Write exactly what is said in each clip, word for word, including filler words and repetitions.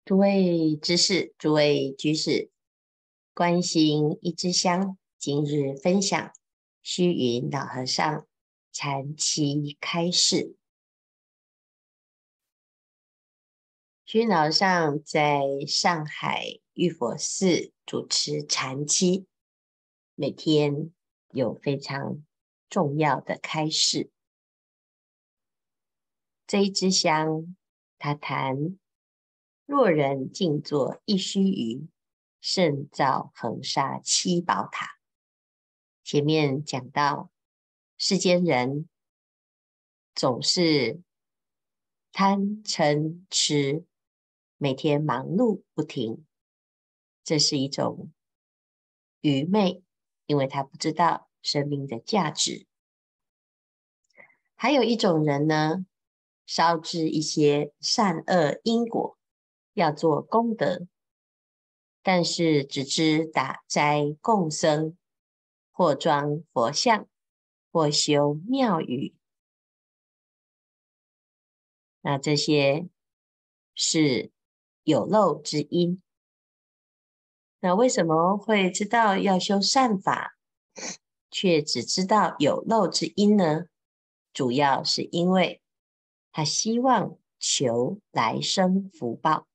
诸位知士，诸位居士，观行一支香，今日分享虚云老和尚禅期开示。虚云老和尚在上海玉佛寺主持禅期，每天有非常重要的开示。这一支香，他谈若人静坐一须臾，胜造恒沙七宝塔。前面讲到，世间人总是贪嗔痴，每天忙碌不停，这是一种愚昧，因为他不知道生命的价值。还有一种人呢，烧制一些善恶因果，要做功德，但是只知打斋供僧，或装佛像，或修庙宇，那这些是有漏之因。那为什么会知道要修善法，却只知道有漏之因呢？主要是因为他希望求来生福报。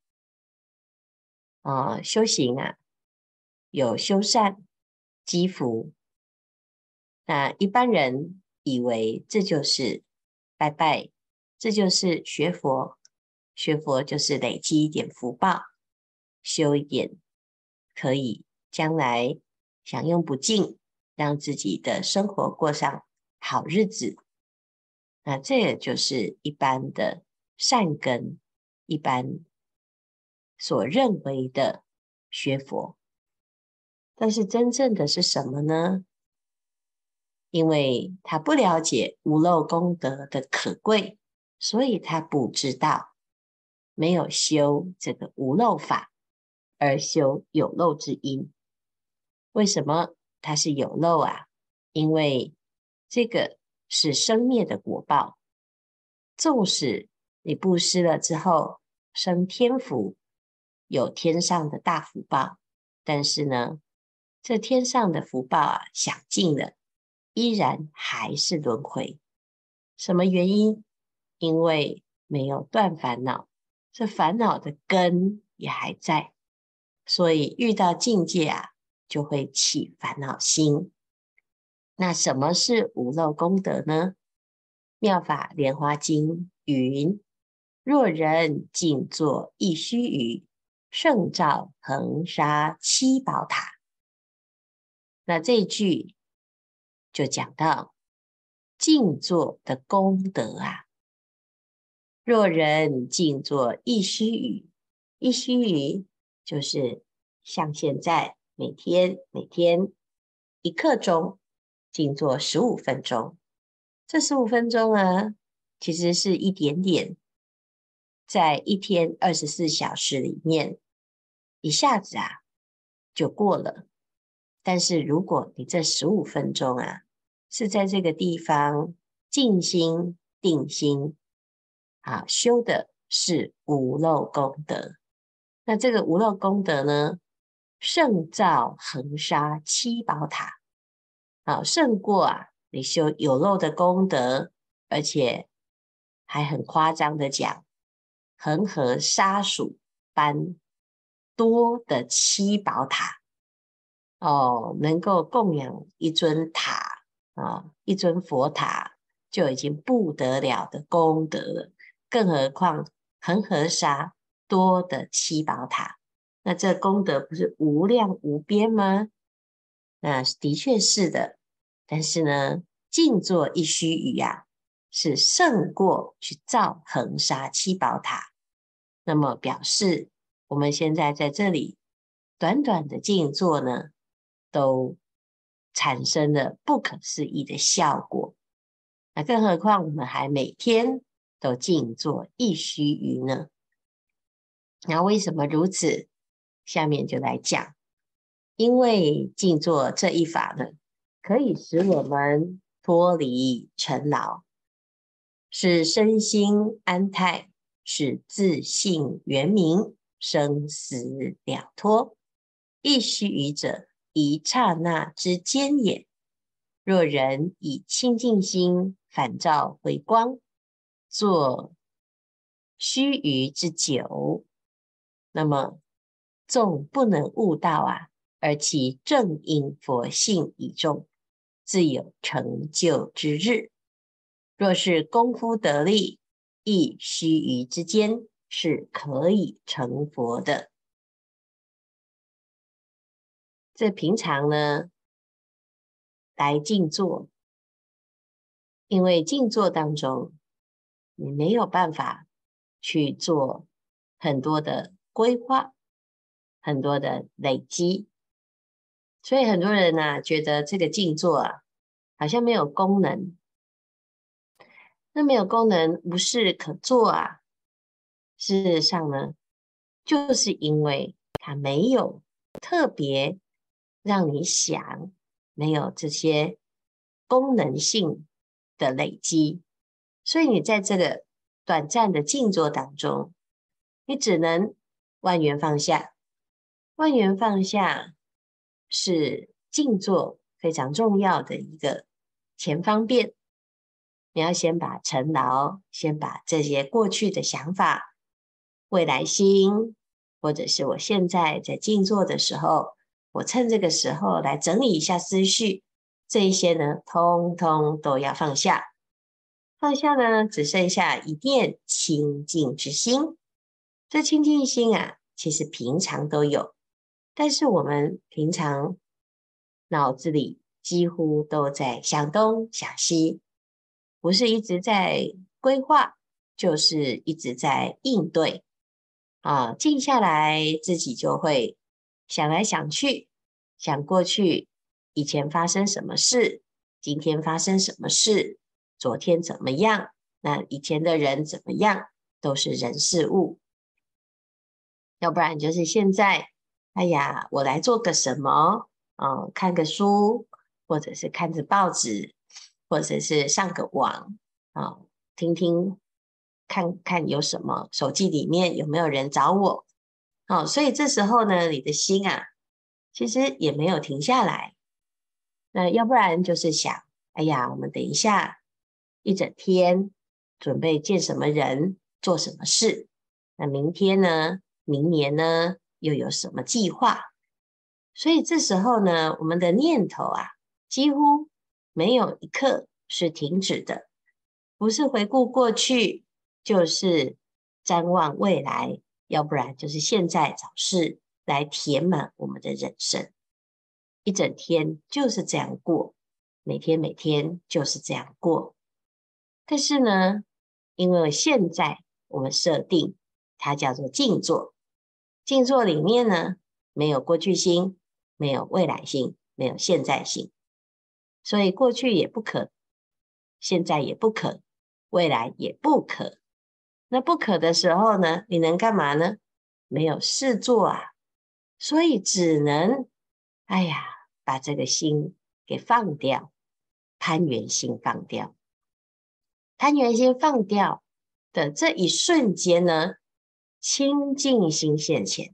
啊，修行啊，有修善积福。那一般人以为这就是拜拜，这就是学佛，学佛就是累积一点福报，修一点可以将来享用不尽，让自己的生活过上好日子。那这也就是一般的善根，一般所认为的学佛。但是真正的是什么呢？因为他不了解无漏功德的可贵，所以他不知道，没有修这个无漏法，而修有漏之因。为什么它是有漏啊？因为这个是生灭的果报，纵使你布施了之后生天福，有天上的大福报，但是呢，这天上的福报啊，享尽了，依然还是轮回。什么原因？因为没有断烦恼，这烦恼的根也还在，所以遇到境界啊，就会起烦恼心。那什么是无漏功德呢？妙法莲华经云：若人静坐一须臾，胜造恒沙七宝塔。那这一句就讲到静坐的功德啊。若人静坐一须臾，一须臾就是像现在每天每天一刻钟静坐十五分钟，这十五分钟啊，其实是一点点，在一天二十四小时里面，一下子啊就过了。但是如果你这十五分钟啊，是在这个地方静心定心啊，修的是无漏功德。那这个无漏功德呢，胜造恒沙七宝塔，啊，胜过啊你修有漏的功德，而且还很夸张的讲，恒河沙数般多的七宝塔。哦，能够供养一尊塔啊，一尊佛塔就已经不得了的功德了，更何况恒河沙多的七宝塔，那这功德不是无量无边吗？那的确是的，但是呢，静坐一须臾啊，是胜过去造恒沙七宝塔。那么表示我们现在在这里短短的静坐呢，都产生了不可思议的效果。那更何况我们还每天都静坐一须臾呢？那为什么如此？下面就来讲。因为静坐这一法呢，可以使我们脱离尘劳，使身心安泰，使自性圆明， 生死了脱。一须臾者，一刹那之间也。若人以清净心反照回光，作须臾之久，那么纵不能悟道啊，而其正因佛性已重，自有成就之日。若是功夫得力，亦须臾之间是可以成佛的。这平常呢，来静坐，因为静坐当中，你没有办法去做很多的规划，很多的累积，所以很多人呢、啊，觉得这个静坐啊，好像没有功能。那没有功能，无事可做啊。事实上呢，就是因为它没有特别让你想，没有这些功能性的累积，所以你在这个短暂的静坐当中，你只能万缘放下。万缘放下是静坐非常重要的一个前方便。你要先把尘劳，先把这些过去的想法、未来心，或者是我现在在静坐的时候，我趁这个时候来整理一下思绪，这一些呢，通通都要放下。放下呢，只剩下一念清净之心。这清净心啊，其实平常都有，但是我们平常脑子里几乎都在想东想西。不是一直在规划，就是一直在应对啊。静下来，自己就会想来想去，想过去以前发生什么事，今天发生什么事，昨天怎么样，那以前的人怎么样，都是人事物。要不然就是现在，哎呀，我来做个什么，嗯，看个书，或者是看着报纸。或者是上个网啊，听听看看有什么，手机里面有没有人找我，哦，所以这时候呢，你的心啊，其实也没有停下来。那要不然就是想，哎呀，我们等一下一整天准备见什么人，做什么事，那明天呢，明年呢，又有什么计划？所以这时候呢，我们的念头啊，几乎没有一刻是停止的，不是回顾过去，就是展望未来，要不然就是现在找事来填满我们的人生。一整天就是这样过，每天每天就是这样过。但是呢，因为现在我们设定它叫做静坐，静坐里面呢，没有过去心，没有未来性，没有现在性，所以过去也不可，现在也不可，未来也不可。那不可的时候呢，你能干嘛呢？没有事做啊，所以只能，哎呀，把这个心给放掉，攀缘心放掉。攀缘心放掉的这一瞬间呢，清净心现前。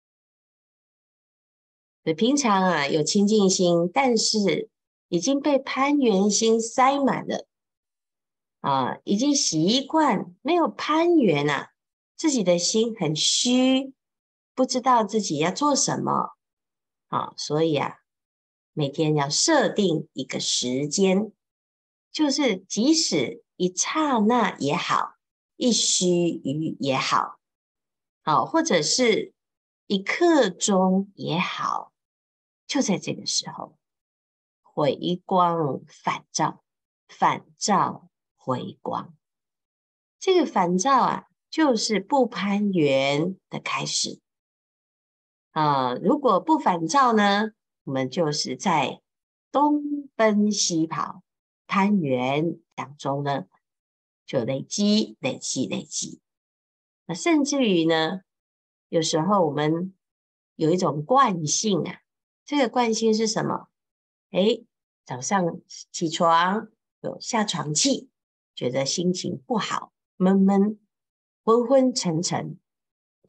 平常啊有清净心，但是已经被攀缘心塞满了啊，已经习惯没有攀缘啊，自己的心很虚，不知道自己要做什么啊，所以啊，每天要设定一个时间，就是即使一刹那也好，一须臾也好，好，或者是一刻钟也好。就在这个时候，回光返照，返照回光。这个返照啊，就是不攀缘的开始啊、呃。如果不返照呢，我们就是在东奔西跑、攀缘当中呢，就累积、累积、累积。那甚至于呢，有时候我们有一种惯性啊。这个惯性是什么？诶，早上起床有下床气，觉得心情不好，闷闷、昏昏沉沉，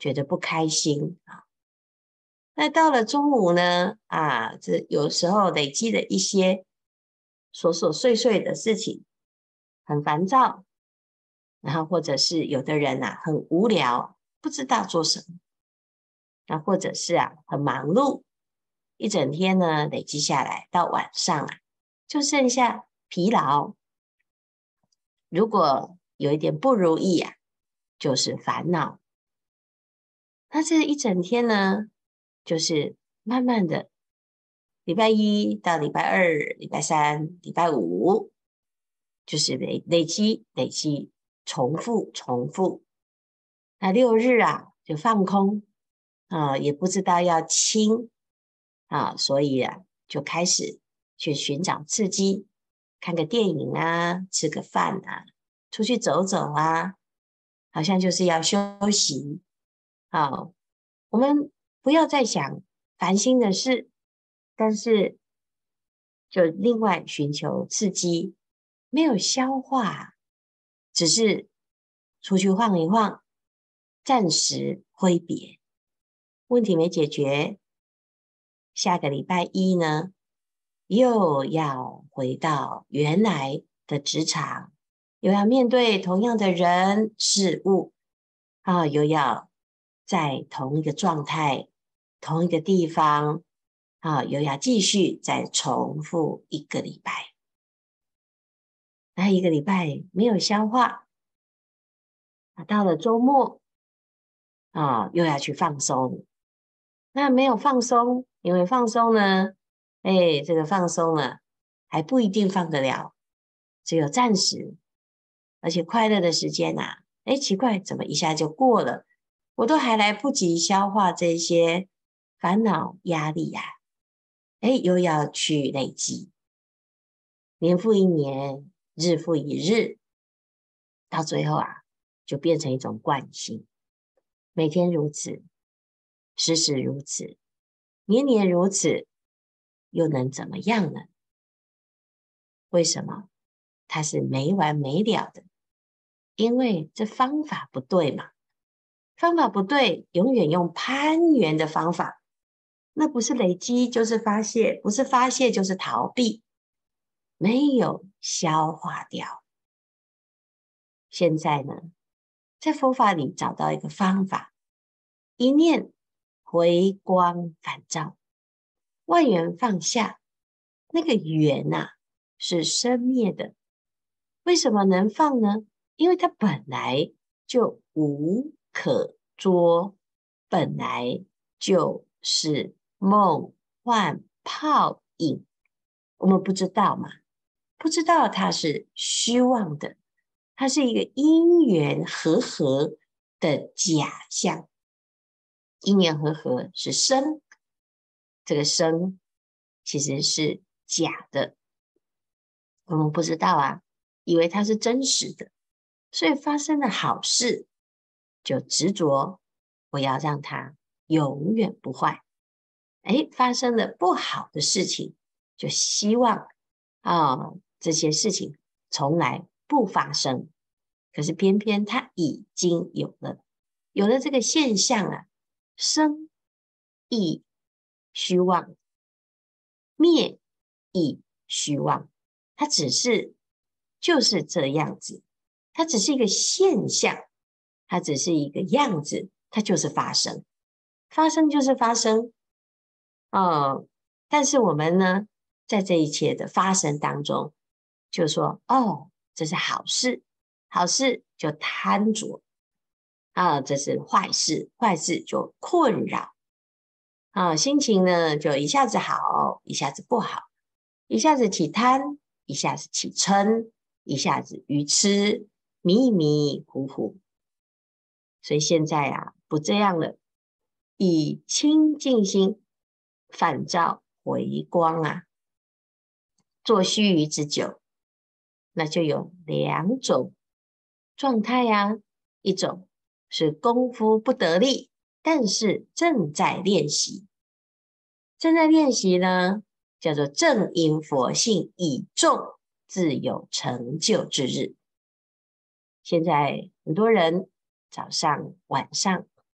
觉得不开心啊。那到了中午呢，啊，这有时候累积的一些琐琐碎碎的事情，很烦躁，然后或者是有的人啊很无聊，不知道做什么，那或者是啊很忙碌，一整天呢累积下来，到晚上啊就剩下疲劳。如果有一点不如意啊，就是烦恼。那这一整天呢，就是慢慢的，礼拜一到礼拜二、礼拜三、礼拜五，就是累累积、累积、重复、重复。那六日啊，就放空啊，也不知道要清啊，所以啊，就开始去寻找刺激，看个电影啊，吃个饭啊，出去走走啊，好像就是要休息。好，我们不要再想烦心的事，但是就另外寻求刺激，没有消化，只是出去晃一晃，暂时挥别，问题没解决。下个礼拜一呢，又要回到原来的职场，又要面对同样的人事物啊，又要在同一个状态、同一个地方啊，又要继续再重复一个礼拜。那一个礼拜没有消化，啊，到了周末啊，又要去放松。那没有放松，因为放松呢，哎，这个放松了还不一定放得了，只有暂时，而且快乐的时间啊，哎，奇怪，怎么一下就过了？我都还来不及消化这些烦恼压力呀、啊，哎，又要去累积，年复一年，日复一日，到最后啊，就变成一种惯性，每天如此，时时如此，年年如此，又能怎么样呢？为什么？它是没完没了的，因为这方法不对嘛。方法不对，永远用攀援的方法，那不是累积就是发泄，不是发泄就是逃避，没有消化掉。现在呢，在佛法里找到一个方法，一念回光返照，万缘放下，那个缘呐、啊，是生灭的。为什么能放呢？因为它本来就无可捉，本来就是梦幻泡影。我们不知道嘛，不知道它是虚妄的，它是一个因缘和合的假象。因缘和合是生，这个生其实是假的，我们不知道啊，以为它是真实的，所以发生了好事就执着，我要让它永远不坏。哎，发生了不好的事情，就希望啊这些事情从来不发生。可是偏偏它已经有了，有了这个现象啊，生亦虚妄，灭亦虚妄，它只是就是这样子，它只是一个现象，它只是一个样子，它就是发生，发生就是发生。呃，但是我们呢，在这一切的发生当中，就说哦，这是好事，好事就贪着啊，这是坏事，坏事就困扰啊，心情呢就一下子好，一下子不好，一下子起贪，一下子起嗔，一下子愚痴，迷迷糊糊。所以现在啊，不这样了，以清净心反照回光啊，做须臾之久，那就有两种状态呀、啊，一种是功夫不得力，但是正在练习，正在练习呢，叫做正因佛性已种，自有成就之日。现在很多人早上、晚上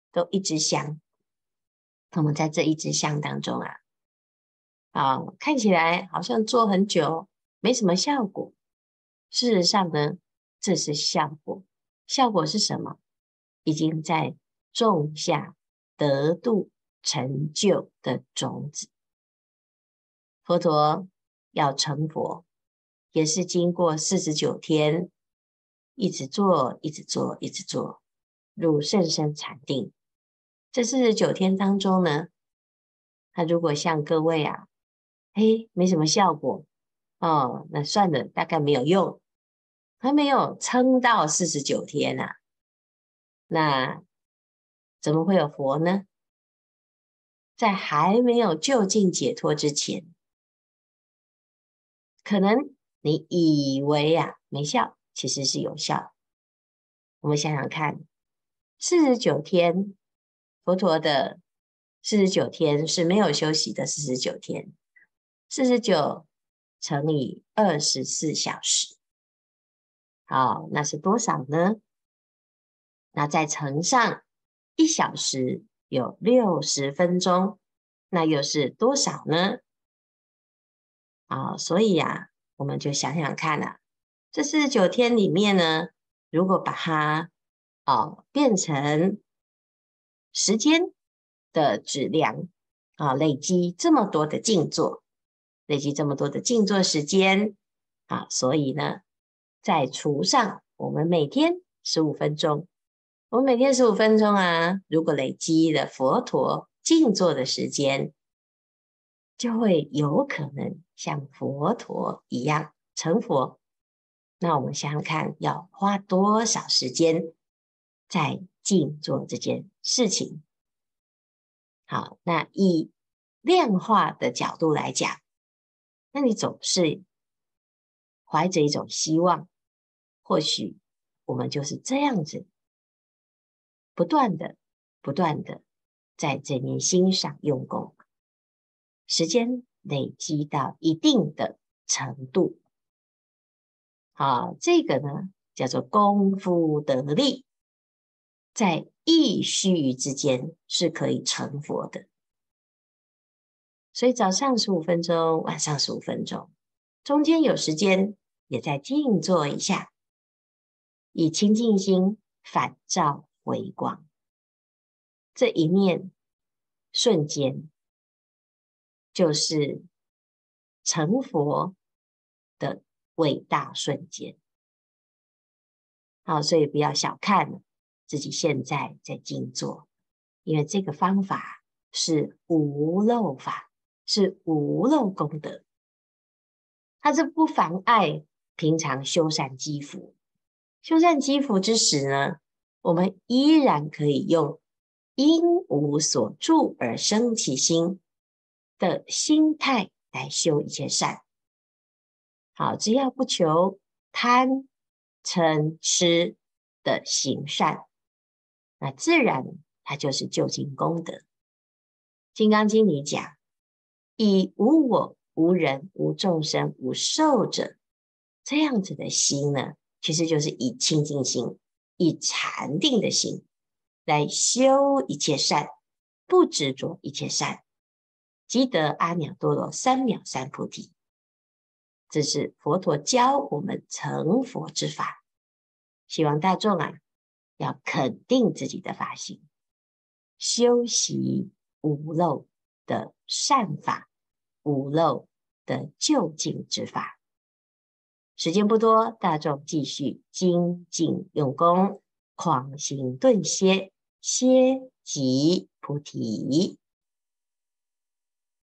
都一支香。我们在这一支香当中啊，啊，看起来好像做很久，没什么效果。事实上呢，这是效果。效果是什么？已经在种下得度成就的种子。佛陀要成佛，也是经过四十九天，一直做，一直做，一直做，入甚深禅定。这四十九天当中呢，他如果像各位啊，嘿，没什么效果哦，那算了，大概没有用，还没有撑到四十九天啊，那怎么会有佛呢？在还没有就近解脱之前，可能你以为啊没效，其实是有效。我们想想看，四十九天，佛陀的四十九天是没有休息的四十九天，四十九乘以二十四小时，好，那是多少呢？那再乘上一小时，有六十分钟，那又是多少呢？啊，所以呀、啊，我们就想想看啊，这四十九天里面呢，如果把它哦变成时间的质量啊，累积这么多的静坐，累积这么多的静坐时间啊，所以呢，再除上我们每天十五分钟，我们每天十五分钟啊，如果累积了佛陀静坐的时间，就会有可能像佛陀一样成佛。那我们想想看，要花多少时间在静坐这件事情？好，那以量化的角度来讲，那你总是怀着一种希望，或许我们就是这样子，不断的、不断的在这念心上用功，时间累积到一定的程度，好，这个呢叫做功夫得力，在意须之间是可以成佛的。所以早上十五分钟，晚上十五分钟，中间有时间也在静坐一下，以清净心反照回光，这一念瞬间就是成佛的伟大瞬间。好，所以不要小看自己现在在静坐，因为这个方法是无漏法，是无漏功德，它是不妨碍平常修善积福。修善积福之时呢，我们依然可以用因无所住而生其心的心态来修一切善。好，只要不求贪嗔痴的行善，那自然它就是究竟功德。金刚经里讲，以无我、无人、无众生、无寿者，这样子的心呢，其实就是以清净心、以禅定的心来修一切善，不执着一切善，即得阿耨多罗三藐三菩提。这是佛陀教我们成佛之法，希望大众啊，要肯定自己的法行，修习无漏的善法，无漏的究竟之法。时间不多，大众继续精进用功，狂行顿歇，歇即菩提。